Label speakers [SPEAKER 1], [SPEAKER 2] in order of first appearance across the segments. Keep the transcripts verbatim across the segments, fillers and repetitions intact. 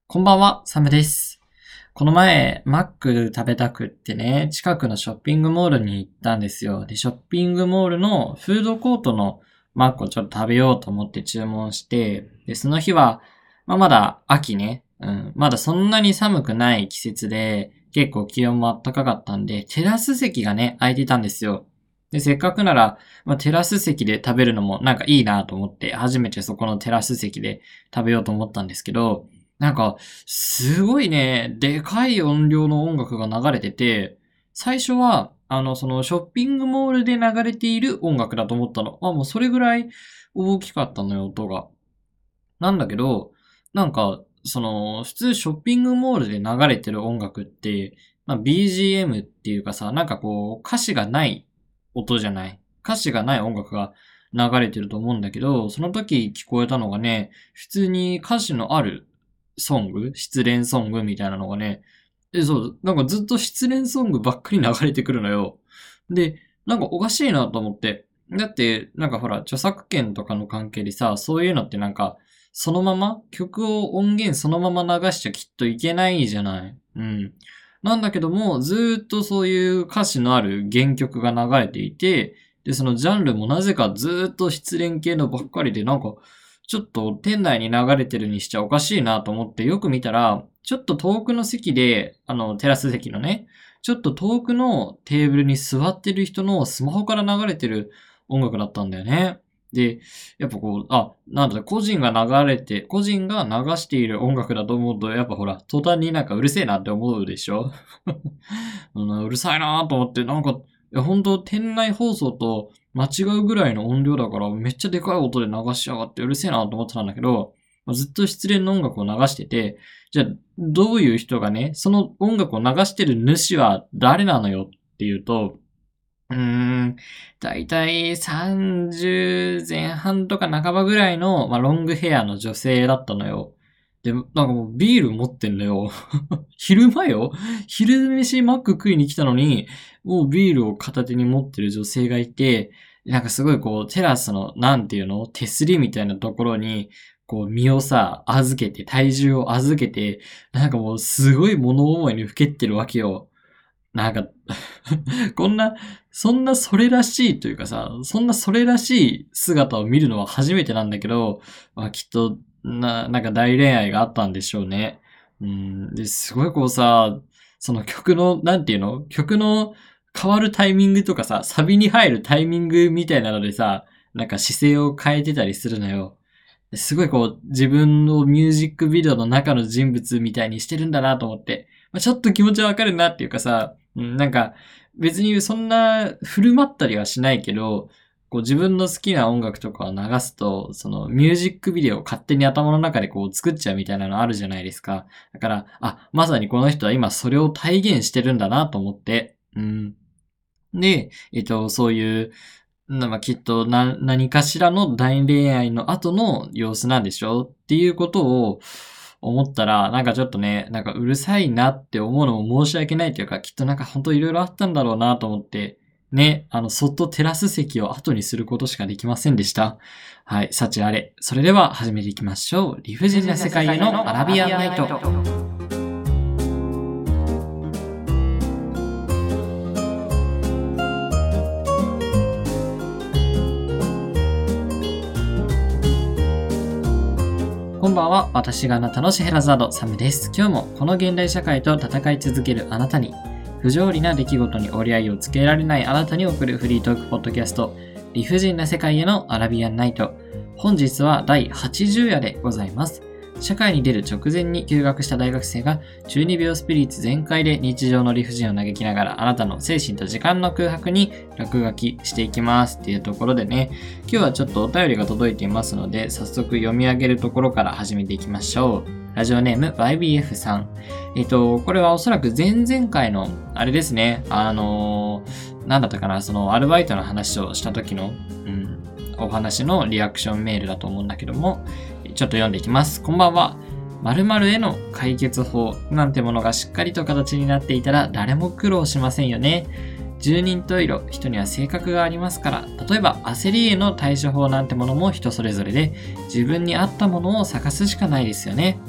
[SPEAKER 1] こんばんは、サムです。この前、マック食べたくってね、近くのショッピングモールに行ったんですよ。で、ショッピングモールのフードコートのマックをちょっと食べようと思って注文して、で、その日は、まあ、まだ秋ね、うん、まだそんなに寒くない季節で、結構気温も暖かかったんで、テラス席がね、空いてたんですよ。で、せっかくなら、まあ、テラス席で食べるのもなんかいいなと思って、初めてそこのテラス席で食べようと思ったんですけど、なんか、すごいね、でかい音量の音楽が流れてて、最初は、あの、そのショッピングモールで流れている音楽だと思ったの。あ、もうそれぐらい大きかったのよ、音が。なんだけど、なんか、その、普通ショッピングモールで流れてる音楽って、まあ、ビージーエム っていうかさ、なんかこう、歌詞がない音じゃない。歌詞がない音楽が流れてると思うんだけど、その時聞こえたのがね、普通に歌詞のあるソング失恋ソングみたいなのがね、え、そう、なんかずっと失恋ソングばっかり流れてくるのよ。で、なんかおかしいなと思って。だって、なんかほら、著作権とかの関係でさ、そういうのってなんか、そのまま曲を音源そのまま流しちゃきっといけないじゃない。うん。なんだけども、ずーっとそういう歌詞のある原曲が流れていて、で、そのジャンルもなぜかずーっと失恋系のばっかりで、なんか、ちょっと店内に流れてるにしちゃおかしいなと思ってよく見たら、ちょっと遠くの席で、あの、テラス席のね、ちょっと遠くのテーブルに座ってる人のスマホから流れてる音楽だったんだよね。で、やっぱこう、あ、なんだ、個人が流れて、個人が流している音楽だと思うと、やっぱほら、途端になんかうるせえなって思うでしょうん、うるさいなと思って、なんか、いや、本当店内放送と間違うぐらいの音量だから、めっちゃでかい音で流しやがってうるせえなと思ってたんだけど、ずっと失恋の音楽を流してて、じゃあ、どういう人がね、その音楽を流してる主は誰なのよっていうと、うーん、だいたいさんじゅう前半とか半ばぐらいの、まあ、ロングヘアの女性だったのよ。で、なんかもうビール持ってんのよ。昼間よ昼飯マック食いに来たのに、もうビールを片手に持ってる女性がいて、なんかすごいこう、テラスの、なんていうの手すりみたいなところに、こう、身をさ、預けて、体重を預けて、なんかもうすごい物思いにふけってるわけよ。なんかこんな、そんなそれらしいというかさ、そんなそれらしい姿を見るのは初めてなんだけど、まあ、きっと、な、なんか大恋愛があったんでしょうね。うん。で、すごいこうさ、その曲の、なんていうの曲の変わるタイミングとかさ、サビに入るタイミングみたいなのでさ、なんか姿勢を変えてたりするのよ。すごいこう、自分のミュージックビデオの中の人物みたいにしてるんだなと思って、まあ、ちょっと気持ちはわかるなっていうかさ、うん、なんか、別にそんな振る舞ったりはしないけど、こう自分の好きな音楽とかを流すと、そのミュージックビデオを勝手に頭の中でこう作っちゃうみたいなのあるじゃないですか。だから、あ、まさにこの人は今それを体現してるんだなと思って、うん。で、えっと、そういう、なまあ、きっとな、何かしらの大恋愛の後の様子なんでしょっていうことを思ったら、なんかちょっとね、なんかうるさいなって思うのも申し訳ないというか、きっとなんか本当いろいろあったんだろうなと思って、ね、あの、そっとテラス席を後にすることしかできませんでした。はい、幸あれ。それでは始めていきましょう。理不尽な世界へのアラビアンナイト。こんばんは、私があなたのシェラザード、サムです。今日もこの現代社会と戦い続けるあなたに、不条理な出来事に折り合いをつけられないあなたに送るフリートークポッドキャスト、理不尽な世界へのアラビアンナイト。本日はだいはちじゅう夜でございます。社会に出る直前に休学した大学生が中二病スピリッツ全開で日常の理不尽を嘆きながらあなたの精神と時間の空白に落書きしていきますっていうところでね、今日はちょっとお便りが届いていますので早速読み上げるところから始めていきましょう。ラジオネーム ワイビーエフ さん。えっと、これはおそらく前々回のあれですね、あのー、なんだったかな、そのアルバイトの話をした時の、うん、お話のリアクションメールだと思うんだけども、ちょっと読んでいきます。こんばんは。〇〇への解決法なんてものがしっかりと形になっていたら誰も苦労しませんよね。十人十色、人には性格がありますから、例えば焦りへの対処法なんてものも人それぞれで、自分に合ったものを探すしかないですよね。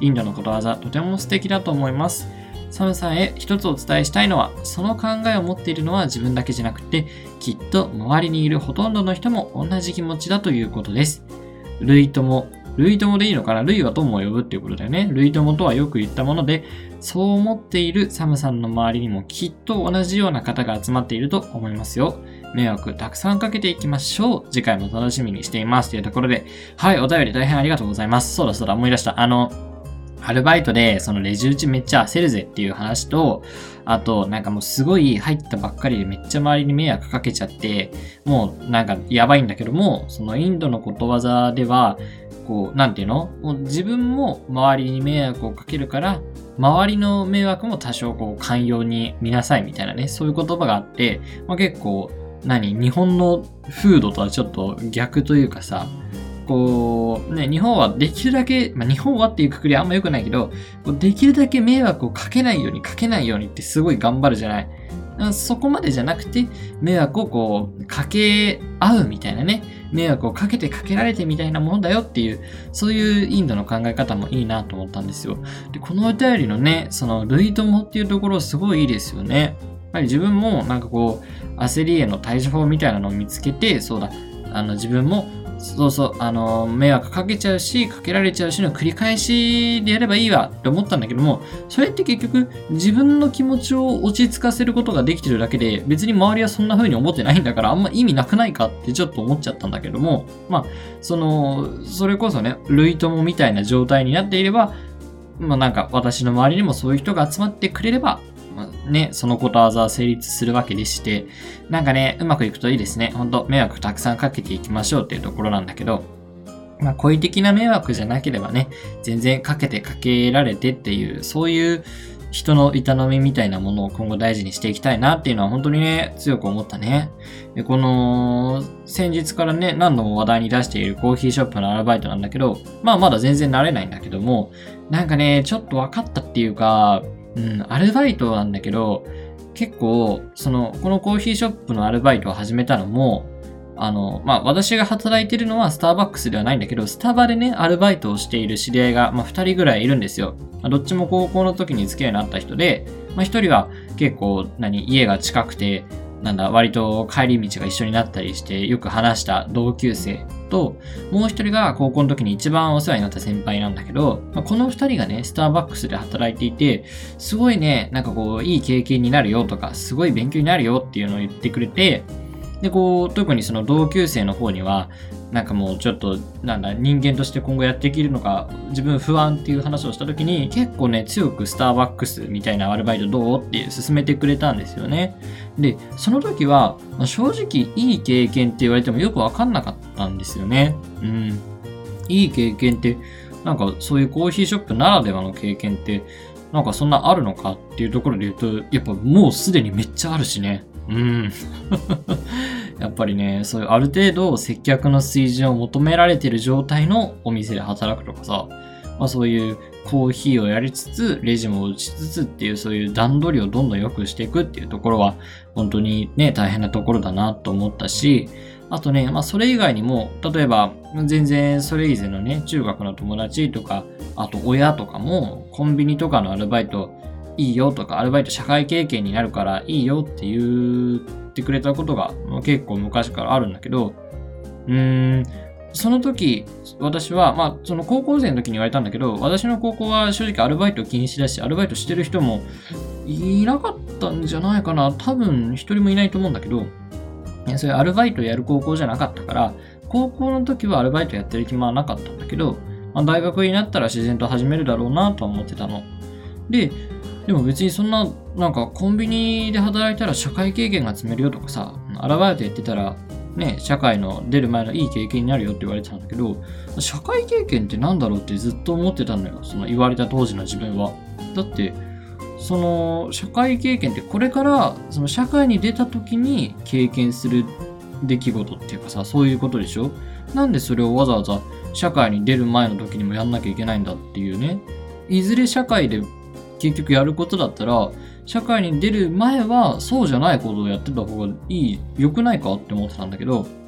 [SPEAKER 1] インドのことわざ、とても素敵だと思います。サムさんへ一つお伝えしたいのは、その考えを持っているのは自分だけじゃなくて、きっと周りにいるほとんどの人も同じ気持ちだということです。類友、類友でいいのかな、類は友を呼ぶっていうことだよね。類友とはよく言ったもので、そう思っているサムさんの周りにもきっと同じような方が集まっていると思いますよ。迷惑たくさんかけていきましょう。次回も楽しみにしています。というところで、はい、お便り大変ありがとうございます。そうだそうだ、思い出した。あの、アルバイトでそのレジ打ちめっちゃ焦るぜっていう話と、あとなんかもうすごい入ったばっかりでめっちゃ周りに迷惑かけちゃって、もうなんかやばいんだけども、そのインドのことわざでは、こう、なんていうの？もう自分も周りに迷惑をかけるから、周りの迷惑も多少こう寛容に見なさいみたいなね、そういう言葉があって、まあ、結構、何？日本の風土とはちょっと逆というかさ、こう、ね、日本はできるだけ、まあ、日本はっていうくくりはあんま良くないけど、できるだけ迷惑をかけないようにかけないようにってすごい頑張るじゃない。そこまでじゃなくて、迷惑をこう、かけ合うみたいなね、迷惑をかけてかけられてみたいなものだよっていう、そういうインドの考え方もいいなと思ったんですよ。で、このお便りのね、その、類友っていうところすごいいいですよね。やっぱり自分もなんかこう、焦りへの対処法みたいなのを見つけて、そうだ、あの自分もそうそう、あの、迷惑かけちゃうし、かけられちゃうしの繰り返しでやればいいわって思ったんだけども、それって結局自分の気持ちを落ち着かせることができてるだけで、別に周りはそんな風に思ってないんだから、あんま意味なくないかってちょっと思っちゃったんだけども、まあ、その、それこそね、類友みたいな状態になっていれば、まあなんか私の周りにもそういう人が集まってくれれば、まあ、ね、そのことわざは成立するわけでして、なんかね、うまくいくといいですね。ほんと、迷惑たくさんかけていきましょうっていうところなんだけど、まあ、故意的な迷惑じゃなければね、全然かけてかけられてっていう、そういう人の営みみたいなものを今後大事にしていきたいなっていうのは本当にね、強く思ったね。で、この、先日からね、何度も話題に出しているコーヒーショップのアルバイトなんだけど、まあまだ全然慣れないんだけども、なんかね、ちょっと分かったっていうか、うん、アルバイトなんだけど、結構、その、このコーヒーショップのアルバイトを始めたのも、あの、まあ、私が働いてるのはスターバックスではないんだけど、スタバでね、アルバイトをしている知り合いが、まあ、ふたりぐらいいるんですよ。まあ、どっちも高校の時に付き合いになった人で、まあ、ひとりは結構、何、家が近くて、なんだ、割と帰り道が一緒になったりして、よく話した同級生と、もう一人が高校の時に一番お世話になった先輩なんだけど、まあ、この二人がね、スターバックスで働いていて、すごいね、なんかこう、いい経験になるよとか、すごい勉強になるよっていうのを言ってくれて、で、こう、特にその同級生の方には、なんかもうちょっと、なんだ、人間として今後やっていけるのか、自分不安っていう話をした時に、結構ね、強くスターバックスみたいなアルバイトどうっていう勧めてくれたんですよね。で、その時は、まあ、正直いい経験って言われてもよくわかんなかったんですよね。うん。いい経験って、なんかそういうコーヒーショップならではの経験って、なんかそんなあるのかっていうところで言うと、やっぱもうすでにめっちゃあるしね。うん。やっぱりね、そういうある程度接客の水準を求められている状態のお店で働くとかさ、まあそういうコーヒーをやりつつ、レジも打ちつつっていうそういう段取りをどんどん良くしていくっていうところは、本当にね、大変なところだなと思ったし、あとね、まあそれ以外にも、例えば全然それ以前のね、中学の友達とか、あと親とかもコンビニとかのアルバイトいいよとか、アルバイト社会経験になるからいいよって言ってくれたことが結構昔からあるんだけど、うーん、その時、私は、まあ、その高校生の時に言われたんだけど、私の高校は正直アルバイト禁止だし、アルバイトしてる人もいなかったんじゃないかな。多分一人もいないと思うんだけど、そういうアルバイトやる高校じゃなかったから、高校の時はアルバイトやってる気もなかったんだけど、まあ、大学になったら自然と始めるだろうなとは思ってたの。で、でも別にそんな、なんかコンビニで働いたら社会経験が積めるよとかさ、アルバイトやってたら、ね、社会の出る前のいい経験になるよって言われてたんだけど、社会経験ってなんだろうってずっと思ってたのよ。その言われた当時の自分は。だって、その社会経験ってこれからその社会に出た時に経験する出来事っていうかさ、そういうことでしょ？なんでそれをわざわざ社会に出る前の時にもやんなきゃいけないんだっていうね。いずれ社会で結局やることだったら、社会に出る前はそうじゃないことをやってた方がいい、良くないかって思ってたんだけど、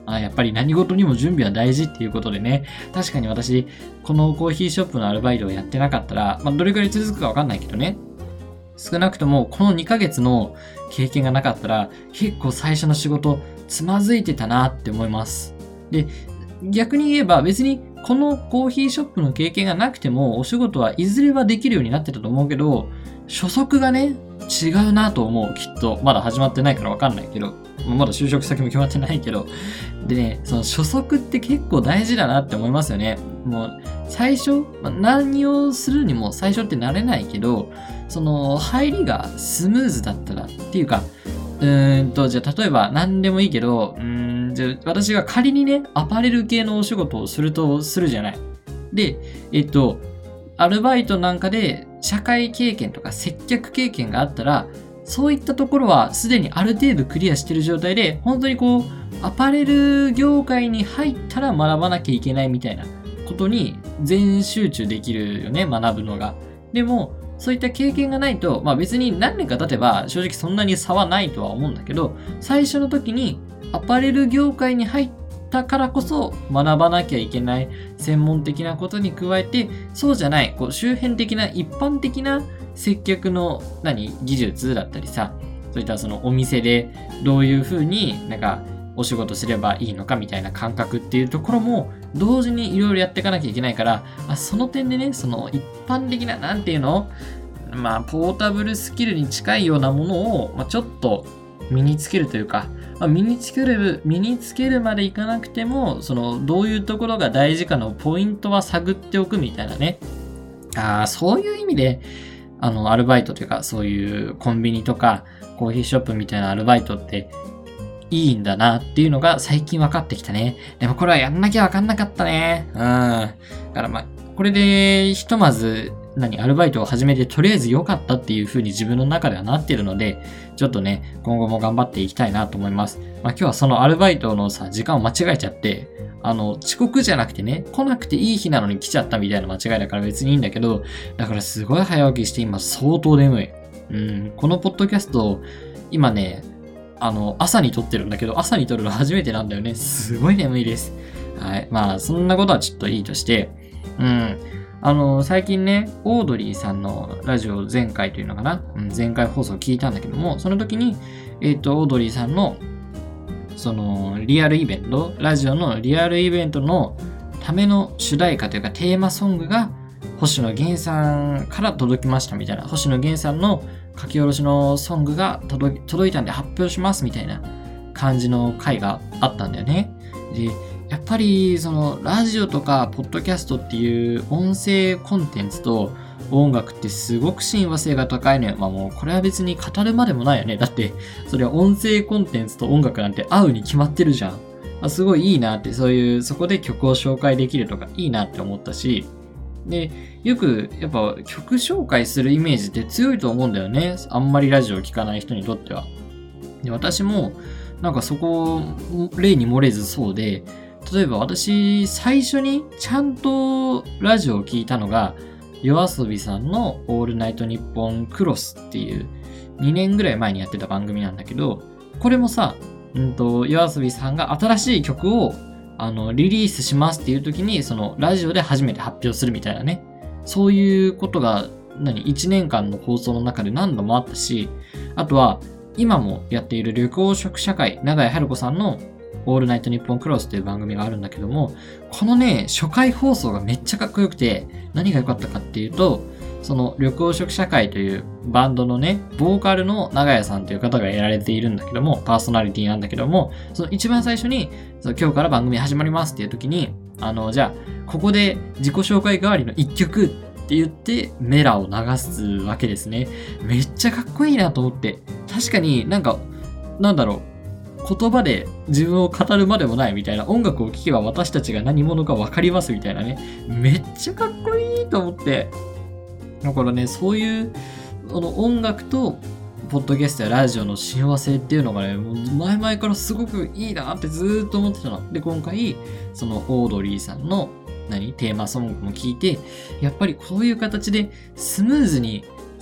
[SPEAKER 1] あ、やっぱり何事にも準備は大事っていうことでね、確かに私、このコーヒーショップのアルバイトをやってなかったら、まあ、どれくらい続くかわかんないけどね、少なくともこのにかげつの経験がなかったら、結構最初の仕事、つまずいてたなって思います。で、逆に言えば別にこのコーヒーショップの経験がなくても、お仕事はいずれはできるようになってたと思うけど、初速がね、違うなと思う、きっと。まだ始まってないからわかんないけど。まだ就職先も決まってないけど。でね、その初速って結構大事だなって思いますよね。もう、最初、まあ、何をするにも最初って慣れないけど、その、入りがスムーズだったらっていうか、うーんと、じゃあ例えば何でもいいけど、うーん、じゃあ私が仮にね、アパレル系のお仕事をするとするじゃない。で、えっと、アルバイトなんかで社会経験とか接客経験があったら、そういったところはすでにある程度クリアしてる状態で、本当にこう、アパレル業界に入ったら学ばなきゃいけないみたいなことに全集中できるよね、学ぶのが。でも、そういった経験がないと、まあ別に何年か経てば正直そんなに差はないとは思うんだけど、最初の時にアパレル業界に入ったからこそ学ばなきゃいけない専門的なことに加えて、そうじゃない、こう周辺的な一般的な接客の何、技術だったりさ、そういったそのお店でどういうふうになんかお仕事すればいいのかみたいな感覚っていうところも同時にいろいろやっていかなきゃいけないから、あ、その点でね、その一般的な、なんていうの、まあ、ポータブルスキルに近いようなものを、まあ、ちょっと身につけるというか、まあ、身につける、身につけるまでいかなくても、その、どういうところが大事かのポイントは探っておくみたいなね。ああ、そういう意味で、あの、アルバイトというか、そういうコンビニとか、コーヒーショップみたいなアルバイトって、いいんだなっていうのが最近分かってきたね。でもこれはやんなきゃ分かんなかったね。うん。だからまあ、これでひとまず、何、アルバイトを始めてとりあえず良かったっていう風に自分の中ではなってるので、ちょっとね、今後も頑張っていきたいなと思います。まあ今日はそのアルバイトのさ、時間を間違えちゃって、あの、遅刻じゃなくてね、来なくていい日なのに来ちゃったみたいな間違いだから別にいいんだけど、だからすごい早起きして今相当眠い。うん、このポッドキャスト、今ね、あの、朝に撮ってるんだけど、朝に撮るの初めてなんだよね。すごい眠いです。はい。まあ、そんなことはちょっといいとして、うん。あの、最近ね、オードリーさんのラジオ前回というのかな、うん、前回放送を聞いたんだけども、その時に、えっと、オードリーさんの、その、リアルイベント、ラジオのリアルイベントのための主題歌というかテーマソングが、星野源さんから届きましたみたいな、星野源さんの書き下ろしのソングが届届いたんで発表しますみたいな感じの回があったんだよね。で、やっぱりそのラジオとかポッドキャストっていう音声コンテンツと音楽ってすごく親和性が高いのよ。まあもうこれは別に語るまでもないよね。だってそれは音声コンテンツと音楽なんて合うに決まってるじゃん。あ、すごいいいなって、そういうそこで曲を紹介できるとかいいなって思ったし、で、よくやっぱ曲紹介するイメージって強いと思うんだよね。あんまりラジオを聴かない人にとっては。で、私もなんかそこ例に漏れずそうで、例えば私最初にちゃんとラジオを聴いたのが YOASOBI さんのオールナイトニッポンクロスっていうにねんぐらい前にやってた番組なんだけど、これもさ、うんと YOASOBI さんが新しい曲をあの、リリースしますっていう時に、その、ラジオで初めて発表するみたいなね。そういうことが、何、いちねんかんの放送の中で何度もあったし、あとは、今もやっている緑黄色社会、長谷春子さんのオールナイトニッポンクロスっていう番組があるんだけども、このね、初回放送がめっちゃかっこよくて、何が良かったかっていうと、その緑黄色社会というバンドのね、ボーカルの長谷さんという方がやられているんだけども、パーソナリティなんだけども、その一番最初に、その今日から番組始まりますっていう時に、あの、じゃあ、ここで自己紹介代わりの一曲って言ってメラを流すわけですね。めっちゃかっこいいなと思って。確かになんか、なんだろう。言葉で自分を語るまでもないみたいな、音楽を聴けば私たちが何者か分かりますみたいなね。めっちゃかっこいいと思って。だからね、そういうあの音楽とポッドキャストやラジオの親和性っていうのがね、もう前々からすごくいいなってずーっと思ってたの。で、今回、そのオードリーさんの何テーマソングも聞いて、やっぱりこういう形でスムーズに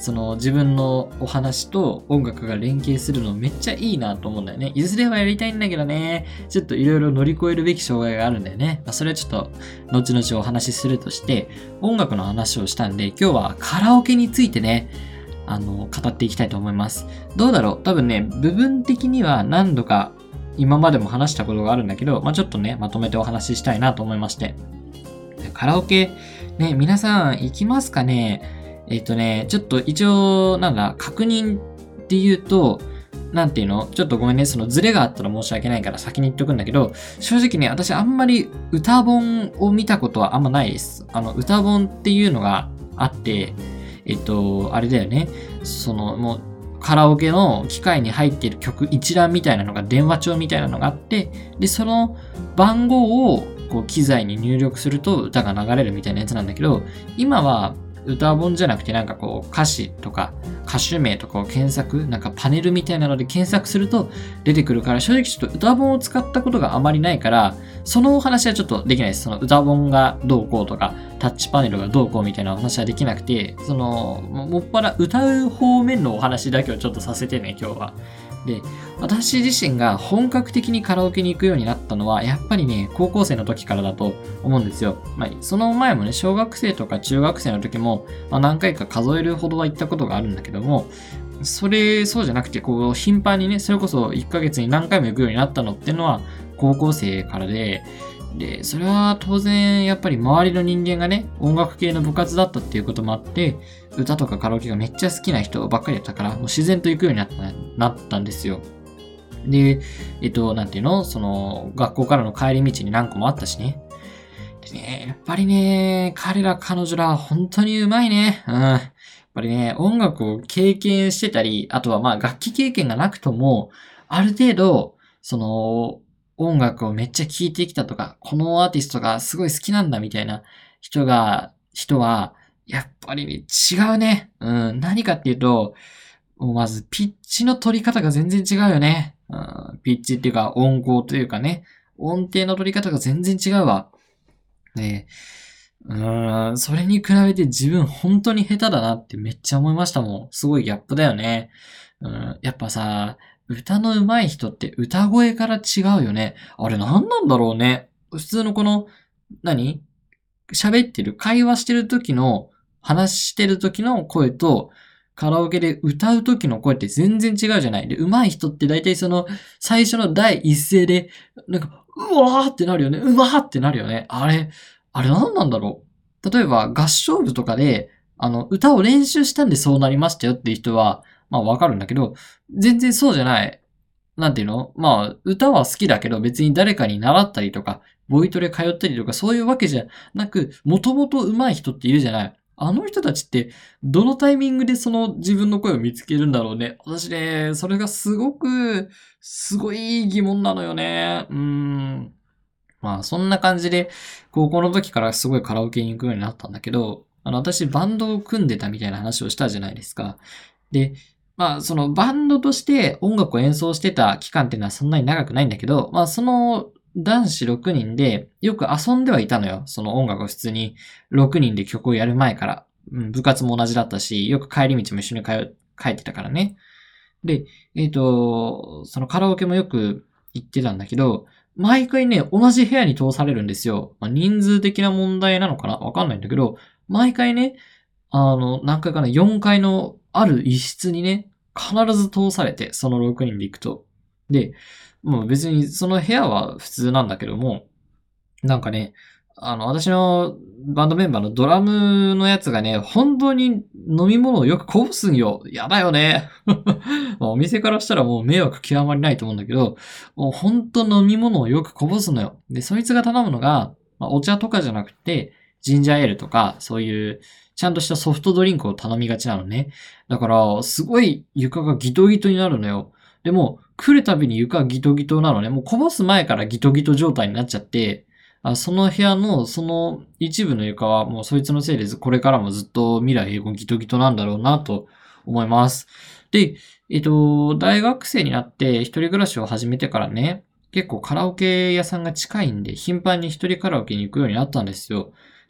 [SPEAKER 1] その自分のお話と音楽が連携するのめっちゃいいなと思うんだよね。いずれはやりたいんだけどね、ちょっといろいろ乗り越えるべき障害があるんだよね。まあ、それはちょっと後々お話しするとして、音楽の話をしたんで、今日はカラオケについてね、あの、語っていきたいと思います。どうだろう？多分ね、部分的には何度か今までも話したことがあるんだけど、まあ、ちょっとね、まとめてお話ししたいなと思いまして。カラオケ、ね、皆さん行きますかね？えっとね、ちょっと一応、なんだ、確認って言うと、なんていうの？ちょっとごめんね、そのズレがあったら申し訳ないから先に言っとくんだけど、正直ね、私あんまり歌本を見たことはあんまないです。あの、歌本っていうのがあって、えっと、あれだよね、その、もう、カラオケの機械に入っている曲一覧みたいなのが、電話帳みたいなのがあって、で、その番号をこう機材に入力すると歌が流れるみたいなやつなんだけど、今は歌本じゃなくてなんかこう歌詞とか歌手名とかを検索、なんかパネルみたいなので検索すると出てくるから、正直ちょっと歌本を使ったことがあまりないから、そのお話はちょっとできないです。その歌本がどうこうとか、タッチパネルがどうこうみたいなお話はできなくて、その、もっぱら歌う方面のお話だけをちょっとさせてね、今日は。で、私自身が本格的にカラオケに行くようになったのは、やっぱりね、高校生の時からだと思うんですよ。まあ、その前もね、小学生とか中学生の時も、まあ、何回か数えるほどは行ったことがあるんだけども、それ、そうじゃなくて、こう、頻繁にね、それこそいっかげつに何回も行くようになったのっていうのは、高校生からで、で、それは当然、やっぱり周りの人間がね、音楽系の部活だったっていうこともあって、歌とかカラオケがめっちゃ好きな人ばっかりだったから、もう自然と行くようになった、なったんですよ。で、えっと、なんていうの？その、学校からの帰り道に何個もあったしね。でね、やっぱりね、彼ら彼女ら本当にうまいね。うん。やっぱりね、音楽を経験してたり、あとはまあ楽器経験がなくとも、ある程度、その、音楽をめっちゃ聴いてきたとか、このアーティストがすごい好きなんだみたいな人が、人は、やっぱりね、違うね。うん。何かっていうと、もうまず、ピッチの取り方が全然違うよね。うん、ピッチっていうか、音高というかね、音程の取り方が全然違うわ。で、うーん、それに比べて自分本当に下手だなってめっちゃ思いましたもん。すごいギャップだよね。うん、やっぱさ、歌の上手い人って歌声から違うよね。あれ何なんだろうね。普通のこの、何喋ってる、会話してる時の、話してる時の声と、カラオケで歌う時の声って全然違うじゃない。で、上手い人って大体その、最初の第一声で、なんか、うわーってなるよね。うわーってなるよね。あれ、あれ何なんだろう。例えば合唱部とかで、あの、歌を練習したんでそうなりましたよっていう人は、まあわかるんだけど、全然そうじゃない。なんていうの？まあ、歌は好きだけど別に誰かに習ったりとか、ボイトレ通ったりとかそういうわけじゃなく、もともと上手い人っているじゃない。あの人たちって、どのタイミングでその自分の声を見つけるんだろうね。私ね、それがすごく、すごい疑問なのよね。うーん。まあ、そんな感じで、高校の時からすごいカラオケに行くようになったんだけど、あの、私バンドを組んでたみたいな話をしたじゃないですか。で、まあ、そのバンドとして音楽を演奏してた期間っていうのはそんなに長くないんだけど、まあ、その男子ろくにんでよく遊んではいたのよ。その音楽を普通にろくにんで曲をやる前から。うん、部活も同じだったし、よく帰り道も一緒に通帰ってたからね。で、えっと、そのカラオケもよく行ってたんだけど、毎回ね、同じ部屋に通されるんですよ。まあ、人数的な問題なのかなわかんないんだけど、毎回ね、あの、何回かな、よんかいのある一室にね、必ず通されて、そのろくにんで行くと。で、もう別にその部屋は普通なんだけども、なんかね、あの、私のバンドメンバーのドラムのやつがね、本当に飲み物をよくこぼすんよ。やだよね。まあお店からしたらもう迷惑極まりないと思うんだけど、もう本当飲み物をよくこぼすのよ。で、そいつが頼むのが、まあ、お茶とかじゃなくて、ジンジャーエールとか、そういうちゃんとしたソフトドリンクを頼みがちなのね。だから、すごい床がギトギトになるのよ。でも、来るたびに床ギトギトなのね。もうこぼす前からギトギト状態になっちゃって、あその部屋のその一部の床はもうそいつのせいでこれからもずっと未来永劫ギトギトなんだろうなと思います。で、えっと、大学生になって一人暮らしを始めてからね、結構カラオケ屋さんが近いんで頻繁に一人カラオケに行くようになったんですよ。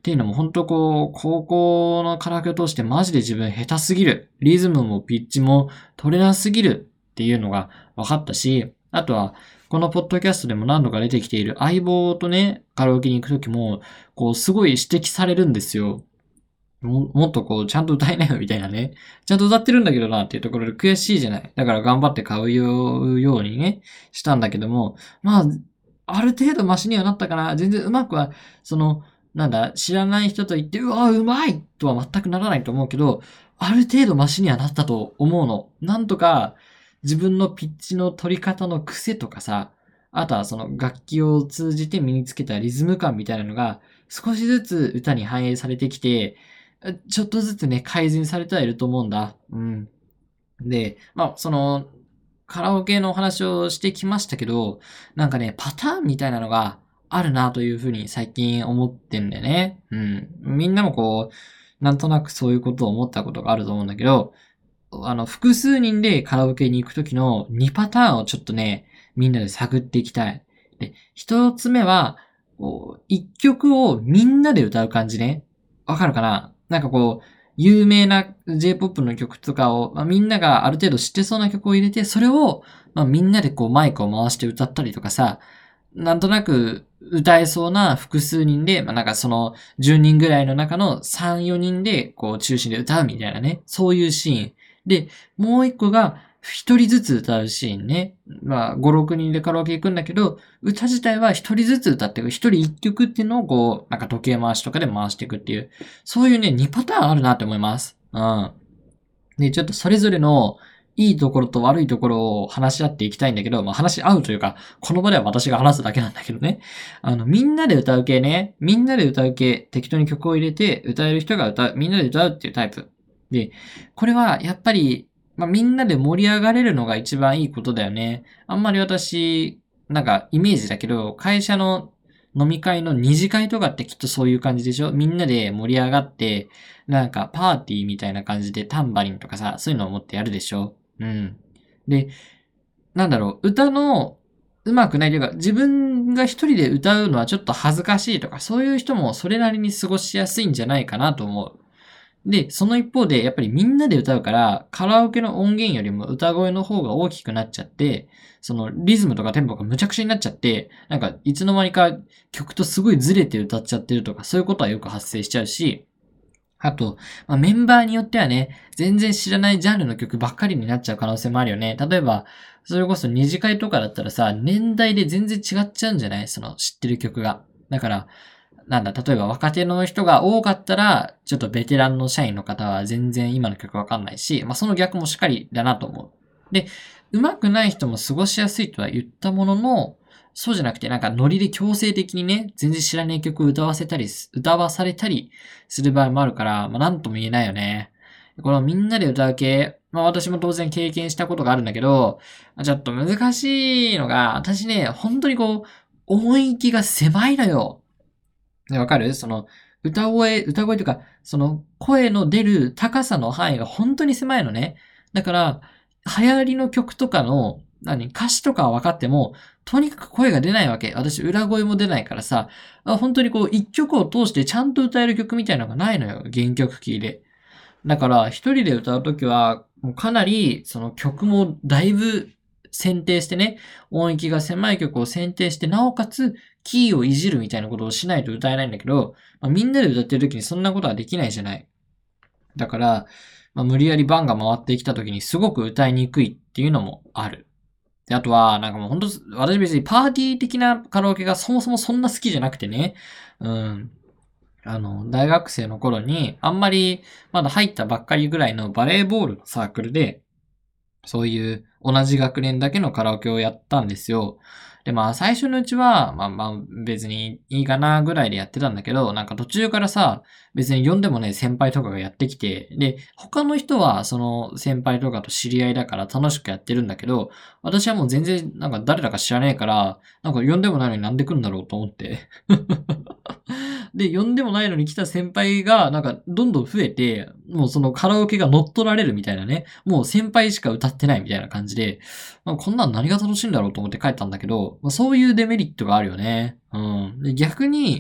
[SPEAKER 1] っていうのも本当こう、高校のカラオケを通してマジで自分下手すぎる。リズムもピッチも取れなすぎるっていうのが分かったし、あとは、このポッドキャストでも何度か出てきている相棒とね、カラオケに行くときも、こう、すごい指摘されるんですよ。も、もっとこう、ちゃんと歌えないよみたいなね。ちゃんと歌ってるんだけどなっていうところで悔しいじゃない。だから頑張って買うようにね、したんだけども、まあ、ある程度マシにはなったかな。全然うまくは、その、なんだ、知らない人と言って、うわ、うまいとは全くならないと思うけど、ある程度マシにはなったと思うの。なんとか、自分のピッチの取り方の癖とかさ、あとはその楽器を通じて身につけたリズム感みたいなのが少しずつ歌に反映されてきて、ちょっとずつね、改善されてはいると思うんだ。うん。で、まあ、その、カラオケのお話をしてきましたけど、なんかね、パターンみたいなのがあるなというふうに最近思ってんだよね。うん。みんなもこう、なんとなくそういうことを思ったことがあると思うんだけど、あの、複数人でカラオケに行くときのにパターンをちょっとね、みんなで探っていきたい。で、一つ目は、こう、一曲をみんなで歌う感じね。わかるかな？なんかこう、有名な J-ジェイポップ の曲とかを、まあ、みんながある程度知ってそうな曲を入れて、それを、まあ、みんなでこうマイクを回して歌ったりとかさ、なんとなく歌えそうな複数人で、まあ、なんかそのじゅうにんぐらいの中のさん、よにんでこう中心で歌うみたいなね、そういうシーン。で、もう一個が一人ずつ歌うシーンね。まあ、ご、ろくにんでカラオケ行くんだけど、歌自体は一人ずつ歌っていく。一人一曲っていうのをこう、なんか時計回しとかで回していくっていう。そういうね、にパターンあるなって思います。うん。で、ちょっとそれぞれのいいところと悪いところを話し合っていきたいんだけど、まあ話し合うというか、この場では私が話すだけなんだけどね。あの、みんなで歌う系ね。みんなで歌う系、適当に曲を入れて、歌える人が歌う、みんなで歌うっていうタイプ。で、これはやっぱり、まあみんなで盛り上がれるのが一番いいことだよね。あんまり私、なんかイメージだけど、会社の飲み会の二次会とかってきっとそういう感じでしょ？みんなで盛り上がって、なんかパーティーみたいな感じでタンバリンとかさ、そういうのを持ってやるでしょ？うん。で、なんだろう、歌の上手くないというか、自分が一人で歌うのはちょっと恥ずかしいとか、そういう人もそれなりに過ごしやすいんじゃないかなと思う。で、その一方で、やっぱりみんなで歌うから、カラオケの音源よりも歌声の方が大きくなっちゃって、そのリズムとかテンポがむちゃくちゃになっちゃって、なんかいつの間にか曲とすごいずれて歌っちゃってるとか、そういうことはよく発生しちゃうし、あと、まあ、メンバーによってはね、全然知らないジャンルの曲ばっかりになっちゃう可能性もあるよね。例えば、それこそ二次会とかだったらさ、年代で全然違っちゃうんじゃない？その知ってる曲が。だから、なんだ、例えば若手の人が多かったら、ちょっとベテランの社員の方は全然今の曲わかんないし、まあその逆もしっかりだなと思う。で、上手くない人も過ごしやすいとは言ったものの、そうじゃなくてなんかノリで強制的にね、全然知らない曲を歌わせたりす、歌わされたりする場合もあるから、まあなんとも言えないよね。このみんなで歌う系、まあ私も当然経験したことがあるんだけど、ちょっと難しいのが、私ね、本当にこう、音域が狭いのよ。ね、わかる？その、歌声、歌声というか、その声の出る高さの範囲が本当に狭いのね。だから、流行りの曲とかの、何、歌詞とかは分かっても、とにかく声が出ないわけ。私、裏声も出ないからさ、本当にこう、一曲を通してちゃんと歌える曲みたいなのがないのよ。原曲キーで。だから、一人で歌うときは、もうかなり、その曲もだいぶ選定してね、音域が狭い曲を選定して、なおかつ、キーをいじるみたいなことをしないと歌えないんだけど、まあ、みんなで歌ってる時にそんなことはできないじゃない。だから、まあ、無理やりバンが回ってきた時にすごく歌いにくいっていうのもある。で、あとは、なんかもう本当、私別にパーティー的なカラオケがそもそもそんな好きじゃなくてね、うん。あの、大学生の頃に、あんまりまだ入ったばっかりぐらいのバレーボールのサークルで、そういう同じ学年だけのカラオケをやったんですよ。で、まあ最初のうちは、まあまあ別にいいかなぐらいでやってたんだけど、なんか途中からさ、別に呼んでもね、先輩とかがやってきて、で、他の人はその先輩とかと知り合いだから楽しくやってるんだけど、私はもう全然なんか誰だか知らねえから、なんか呼んでもないのになんで来るんだろうと思って。で、呼んでもないのに来た先輩が、なんか、どんどん増えて、もうそのカラオケが乗っ取られるみたいなね。もう先輩しか歌ってないみたいな感じで、まあ、こんなん何が楽しいんだろうと思って帰ったんだけど、まあ、そういうデメリットがあるよね。うん。で、逆に、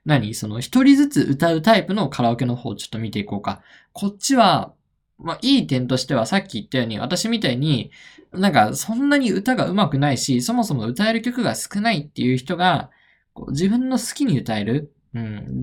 [SPEAKER 1] 何その一人ずつ歌うタイプのカラオケの方をちょっと見ていこうか。こっちは、まあいい点としてはさっき言ったように私みたいになんかそんなに歌が上手くないし、そもそも歌える曲が少ないっていう人がこう自分の好きに歌える。うん。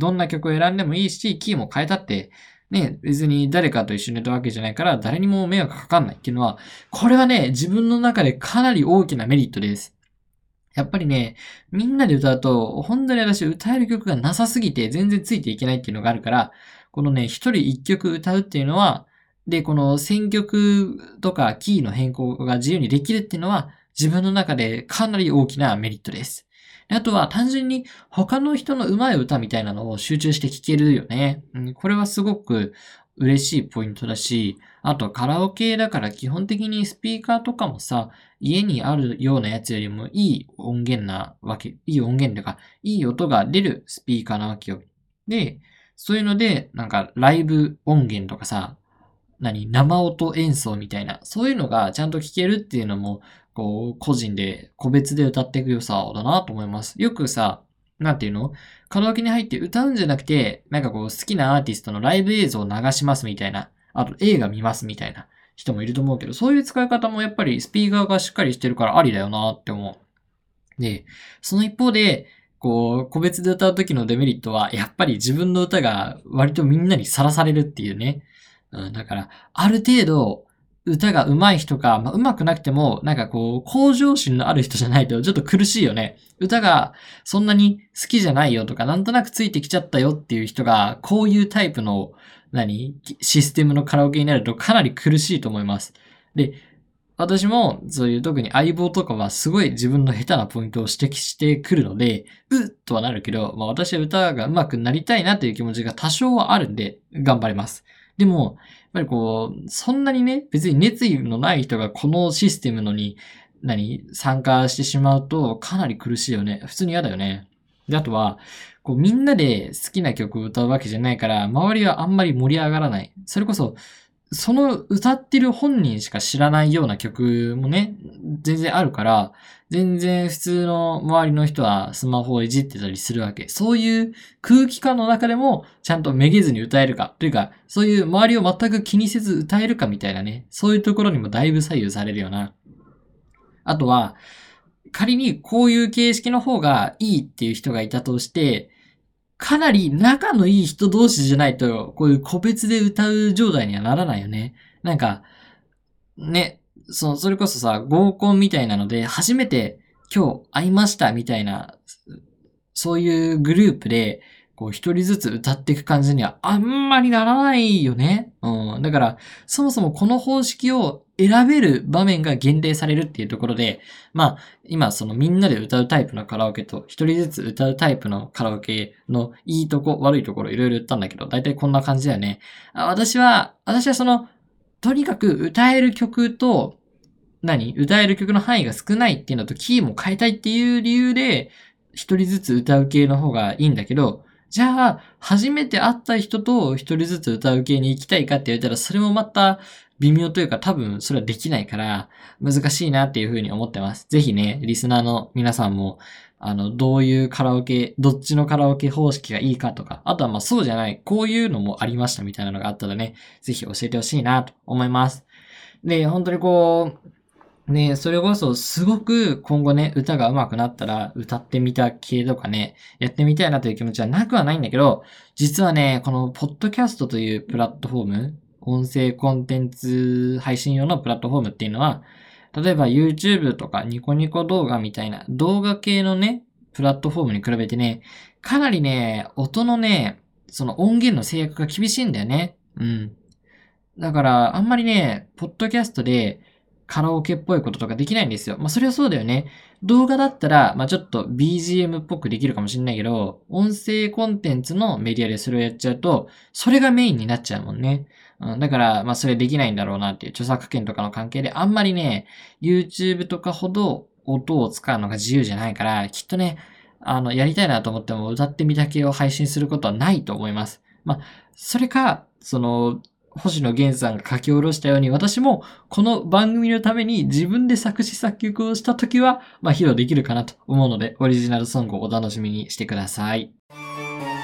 [SPEAKER 1] どんな曲を選んでもいいし、キーも変えたって、ね、別に誰かと一緒に歌うわけじゃないから誰にも迷惑かかんないっていうのは、これはね、自分の中でかなり大きなメリットです。やっぱりね、みんなで歌うと、本当に私歌える曲がなさすぎて全然ついていけないっていうのがあるから、このね、一人一曲歌うっていうのは、で、この選曲とかキーの変更が自由にできるっていうのは、自分の中でかなり大きなメリットです。であとは単純に他の人の上手い歌みたいなのを集中して聴けるよね。うん、これはすごく嬉しいポイントだし、あとカラオケだから基本的にスピーカーとかもさ、家にあるようなやつよりもいい音源なわけ、いい音源というか、いい音が出るスピーカーなわけよ。で、そういうので、なんかライブ音源とかさ、何、生音演奏みたいな、そういうのがちゃんと聞けるっていうのも、こう、個人で、個別で歌っていく良さだなと思います。よくさ、なんていうのカラオケに入って歌うんじゃなくて、なんかこう、好きなアーティストのライブ映像を流しますみたいな、あと映画見ますみたいな人もいると思うけど、そういう使い方もやっぱりスピーカーがしっかりしてるからありだよなって思う。で、その一方で、こう、個別で歌う時のデメリットは、やっぱり自分の歌が割とみんなにさらされるっていうね。うん、だから、ある程度、歌が上手い人か、まあ、上手くなくても、なんかこう、向上心のある人じゃないとちょっと苦しいよね。歌がそんなに好きじゃないよとか、なんとなくついてきちゃったよっていう人が、こういうタイプの、何システムのカラオケになるとかなり苦しいと思います。で、私も、そういう特に相棒とかはすごい自分の下手なポイントを指摘してくるので、うっとはなるけど、まあ私は歌が上手くなりたいなという気持ちが多少はあるんで、頑張ります。でも、やっぱりこう、そんなにね、別に熱意のない人がこのシステムのに、何、参加してしまうとかなり苦しいよね。普通に嫌だよね。で、あとは、こうみんなで好きな曲を歌うわけじゃないから、周りはあんまり盛り上がらない。それこそ、その歌ってる本人しか知らないような曲もね、全然あるから、全然普通の周りの人はスマホをいじってたりするわけ。そういう空気感の中でもちゃんとめげずに歌えるか、というか、そういう周りを全く気にせず歌えるかみたいなね、そういうところにもだいぶ左右されるよな。あとは、仮にこういう形式の方がいいっていう人がいたとして、かなり仲のいい人同士じゃないと、こういう個別で歌う状態にはならないよね。なんか、ね、そそれこそさ、合コンみたいなので、初めて今日会いましたみたいな、そういうグループで、こう一人ずつ歌っていく感じにはあんまりならないよね。うん。だから、そもそもこの方式を選べる場面が限定されるっていうところで、まあ、今そのみんなで歌うタイプのカラオケと一人ずつ歌うタイプのカラオケのいいとこ、悪いところいろいろ言ったんだけど、だいたいこんな感じだよね。あ私は、私はその、とにかく歌える曲と、何歌える曲の範囲が少ないっていうのと、キーも変えたいっていう理由で、一人ずつ歌う系の方がいいんだけど、じゃあ、初めて会った人と一人ずつ歌う系に行きたいかって言われたら、それもまた微妙というか多分それはできないから、難しいなっていうふうに思ってます。ぜひね、リスナーの皆さんも、あの、どういうカラオケ、どっちのカラオケ方式がいいかとか、あとはまあそうじゃない、こういうのもありましたみたいなのがあったらね、ぜひ教えてほしいなと思います。で、本当にこう、ねそれこそすごく今後ね、歌が上手くなったら歌ってみた系とかね、やってみたいなという気持ちはなくはないんだけど、実はね、このポッドキャストというプラットフォーム、音声コンテンツ配信用のプラットフォームっていうのは、例えば YouTube とかニコニコ動画みたいな動画系のね、プラットフォームに比べてね、かなりね、音のね、その音源の制約が厳しいんだよね。うん。だから、あんまりね、ポッドキャストでカラオケっぽいこととかできないんですよ。まあ、それはそうだよね。動画だったら、まあ、ちょっと ビージーエム っぽくできるかもしれないけど、音声コンテンツのメディアでそれをやっちゃうと、それがメインになっちゃうもんね。うん、だから、まあ、それできないんだろうなっていう著作権とかの関係で、あんまりね、YouTube とかほど音を使うのが自由じゃないから、きっとね、あの、やりたいなと思っても歌ってみた系を配信することはないと思います。まあ、それか、その、星野源さんが書き下ろしたように、私もこの番組のために自分で作詞作曲をしたときは、まあ披露できるかなと思うので、オリジナルソングをお楽しみにしてください。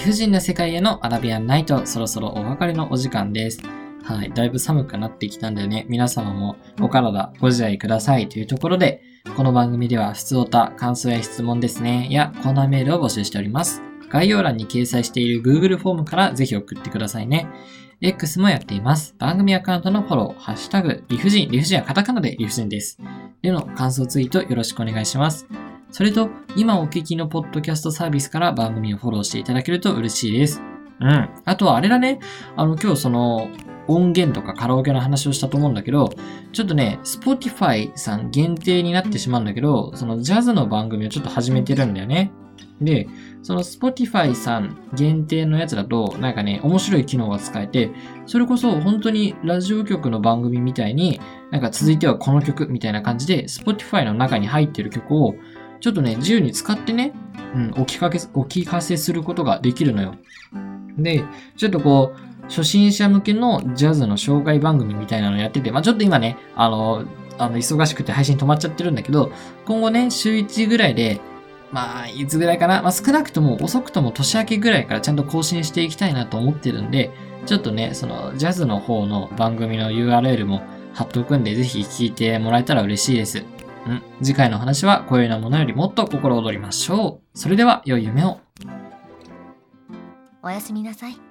[SPEAKER 1] 不尽な世界へのアラビアンナイト、そろそろお別れのお時間です。はい。だいぶ寒くなってきたんでね、皆様もお体ご自愛くださいというところで、この番組では普通歌、感想や質問ですね、やコーナーメールを募集しております。概要欄に掲載している Google フォームからぜひ送ってくださいね。X もやっています。番組アカウントのフォロー、ハッシュタグ、理不尽、理不尽はカタカナで理不尽です。での感想ツイートよろしくお願いします。それと、今お聞きのポッドキャストサービスから番組をフォローしていただけると嬉しいです。うん。あとはあれだね。あの、今日その、音源とかカラオケの話をしたと思うんだけど、ちょっとね、Spotify さん限定になってしまうんだけど、そのジャズの番組をちょっと始めてるんだよね。で、その Spotify さん限定のやつだと、なんかね、面白い機能が使えて、それこそ本当にラジオ局の番組みたいに、なんか続いてはこの曲みたいな感じで、Spotify の中に入ってる曲を、ちょっとね、自由に使ってね、うん、お聞かけ、お聞かせすることができるのよ。で、ちょっとこう、初心者向けのジャズの紹介番組みたいなのやってて、まあちょっと今ね、あの、あの、忙しくて配信止まっちゃってるんだけど、今後ね、週いちぐらいで、まあ、いつぐらいかな、まあ少なくとも遅くとも年明けぐらいからちゃんと更新していきたいなと思ってるんで、ちょっとね、その、ジャズの方の番組の ユーアールエル も貼っておくんで、ぜひ聞いてもらえたら嬉しいです。うん。次回の話は、こういうようなものよりもっと心躍りましょう。それでは、良い夢を。
[SPEAKER 2] おやすみなさい。